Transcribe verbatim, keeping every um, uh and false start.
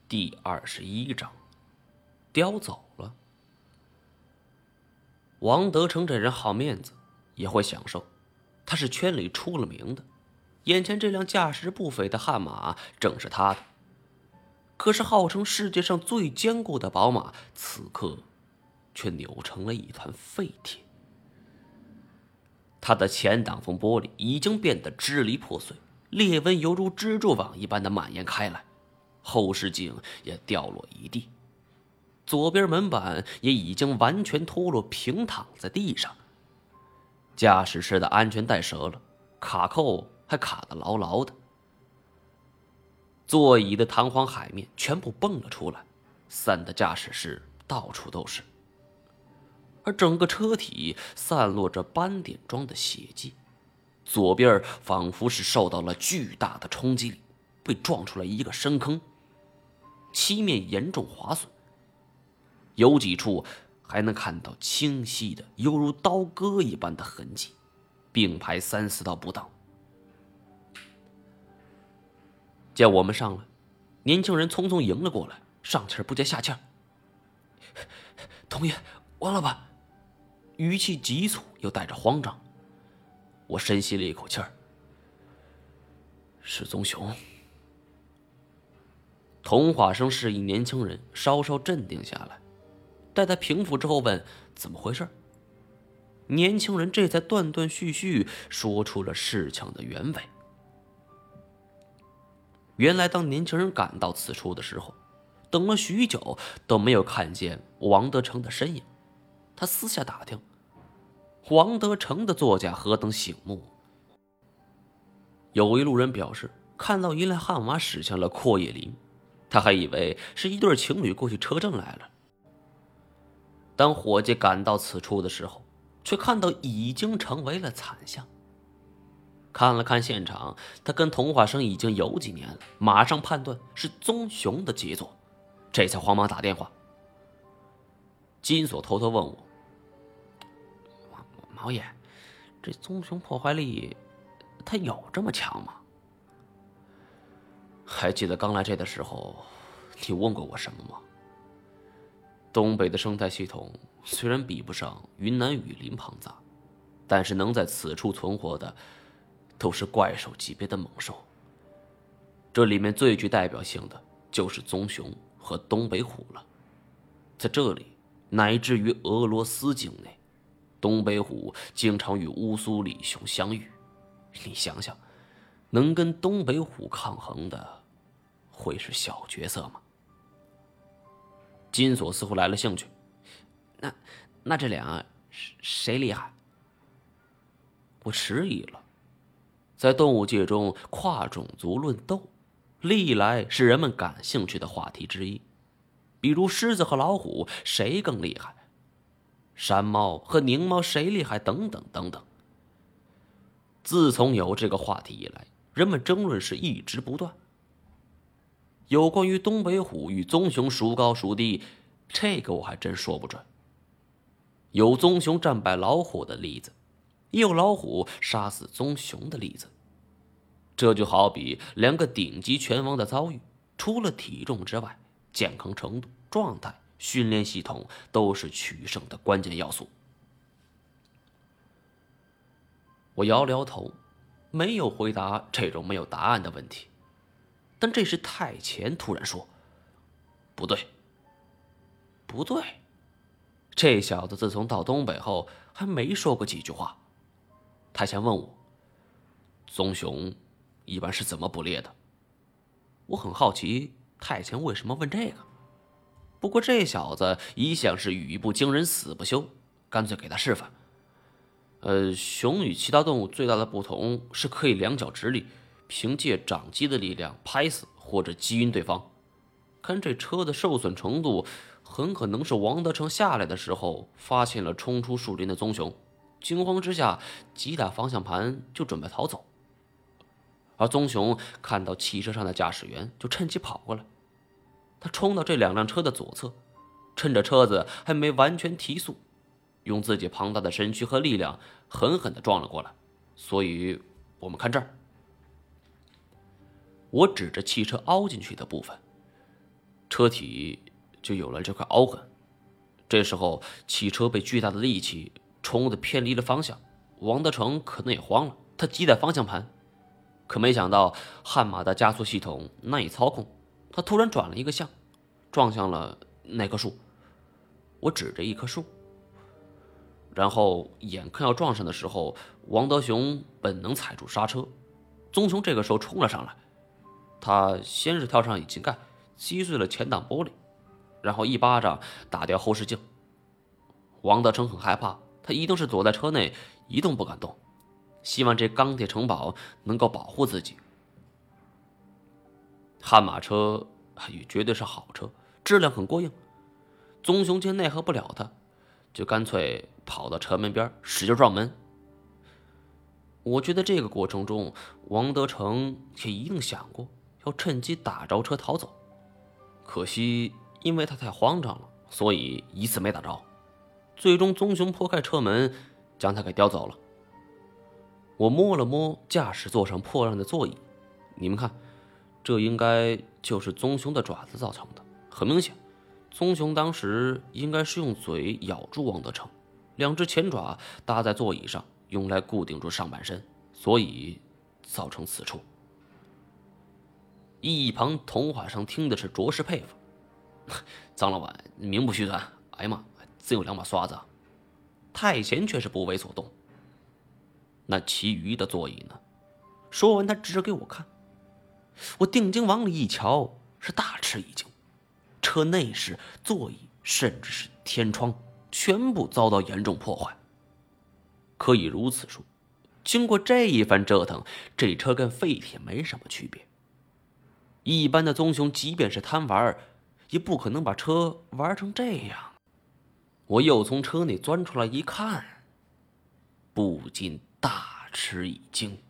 第二十一章，叼走了。王德成这人好面子，也会享受，他是圈里出了名的。眼前这辆价值不菲的悍马正是他的。可是号称世界上最坚固的宝马，此刻却扭成了一团废铁。他的前挡风玻璃已经变得支离破碎，裂纹犹如蜘蛛网一般的蔓延开来，后视镜也掉落一地，左边门板也已经完全脱落，平躺在地上。驾驶室的安全带折了，卡扣还卡得牢牢的。座椅的弹簧海面全部蹦了出来，散的驾驶室到处都是，而整个车体散落着斑点状的血迹，左边仿佛是受到了巨大的冲击力，被撞出来一个深坑，漆面严重划损，有几处还能看到清晰的犹如刀割一般的痕迹，并排三四道不等。见我们上来，年轻人匆匆迎了过来，上气不接下气儿：“童爷，忘了吧？”语气急促又带着慌张。我深吸了一口气儿：“是宗雄。”童话生示意年轻人稍稍镇定下来，待他平复之后问：“怎么回事？”年轻人这才断断续续说出了事情的原委。原来当年轻人赶到此处的时候，等了许久都没有看见王德成的身影。他私下打听，王德成的座驾何等醒目。有一路人表示看到一辆悍马驶向了阔叶林，他还以为是一对情侣过去车震来了。当伙计赶到此处的时候，却看到已经成为了惨象。看了看现场，他跟童话生已经有几年了，马上判断是宗雄的杰作，这才慌忙打电话。金锁偷偷问我：“毛爷，这宗雄破坏力他有这么强吗？”还记得刚来这的时候你问过我什么吗？东北的生态系统虽然比不上云南雨林庞杂，但是能在此处存活的都是怪兽级别的猛兽。这里面最具代表性的就是棕熊和东北虎了。在这里乃至于俄罗斯境内，东北虎经常与乌苏里熊相遇。你想想，能跟东北虎抗衡的会是小角色吗？金锁似乎来了兴趣。那那这俩谁厉害？我迟疑了。在动物界中，跨种族论斗历来是人们感兴趣的话题之一。比如狮子和老虎谁更厉害，山猫和狞猫谁厉害，等等等等。自从有这个话题以来，人们争论是一直不断。有关于东北虎与棕熊孰高孰低，这个我还真说不准。有棕熊战败老虎的例子，也有老虎杀死棕熊的例子。这就好比两个顶级拳王的遭遇，除了体重之外，健康程度、状态、训练系统都是取胜的关键要素。我摇了摇头，没有回答这种没有答案的问题。但这时太前突然说：“不对，不对，这小子自从到东北后还没说过几句话。”太前问我：“棕熊一般是怎么捕猎的？”我很好奇太前为什么问这个。不过这小子一向是语不惊人死不休，干脆给他示范。呃，熊与其他动物最大的不同是可以两脚直立，凭借掌击的力量拍死或者击晕对方。看这车的受损程度，很可能是王德成下来的时候发现了冲出树林的棕熊，惊慌之下急打方向盘就准备逃走。而棕熊看到汽车上的驾驶员，就趁机跑过来。他冲到这两辆车的左侧，趁着车子还没完全提速，用自己庞大的身躯和力量狠狠地撞了过来。所以我们看这儿。我指着汽车凹进去的部分， 车体就有了这块凹痕。这时候，汽车被巨大的力气冲得偏离了方向，王德成可能也慌了，他急踩方向盘，可没想到悍马的加速系统难以操控，他突然转了一个向，撞向了那棵树。我指着一棵树，然后眼看要撞上的时候，王德雄本能踩住刹车。棕熊这个时候冲了上来，他先是跳上引擎盖，击碎了前挡玻璃，然后一巴掌打掉后视镜。王德成很害怕，他一定是躲在车内一动不敢动，希望这钢铁城堡能够保护自己。悍马车也绝对是好车，质量很过硬。棕熊见奈何不了他，就干脆跑到车门边使劲撞门。我觉得这个过程中，王德成也一定想过要趁机打着车逃走，可惜因为他太慌张了，所以一次没打着。最终棕熊破开车门，将他给叼走了。我摸了摸驾驶座上破烂的座椅，你们看，这应该就是棕熊的爪子造成的。很明显，棕熊当时应该是用嘴咬住王德成，两只前爪搭在座椅上，用来固定住上半身，所以造成此处。一旁童话上听的是着实佩服，张老板名不虚传，哎呀妈，真有两把刷子啊！太闲却是不为所动。那其余的座椅呢？说完，他指给我看。我定睛往里一瞧，是大吃一惊。车内饰、座椅，甚至是天窗，全部遭到严重破坏。可以如此说，经过这一番折腾，这车跟废铁没什么区别。一般的棕熊即便是贪玩，也不可能把车玩成这样。我又从车内钻出来一看，不禁大吃一惊。